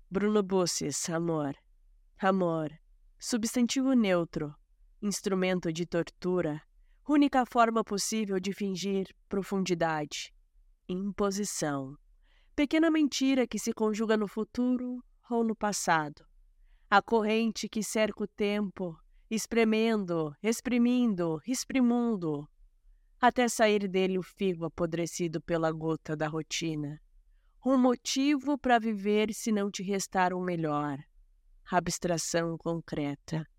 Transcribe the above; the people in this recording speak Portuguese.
Bruno Busses, amor. Amor, substantivo neutro, instrumento de tortura, única forma possível de fingir profundidade. Imposição, pequena mentira que se conjuga no futuro ou no passado. A corrente que cerca o tempo, espremendo, exprimindo, exprimundo, até sair dele o figo apodrecido pela gota da rotina. Um motivo para viver se não te restar um melhor. Abstração concreta.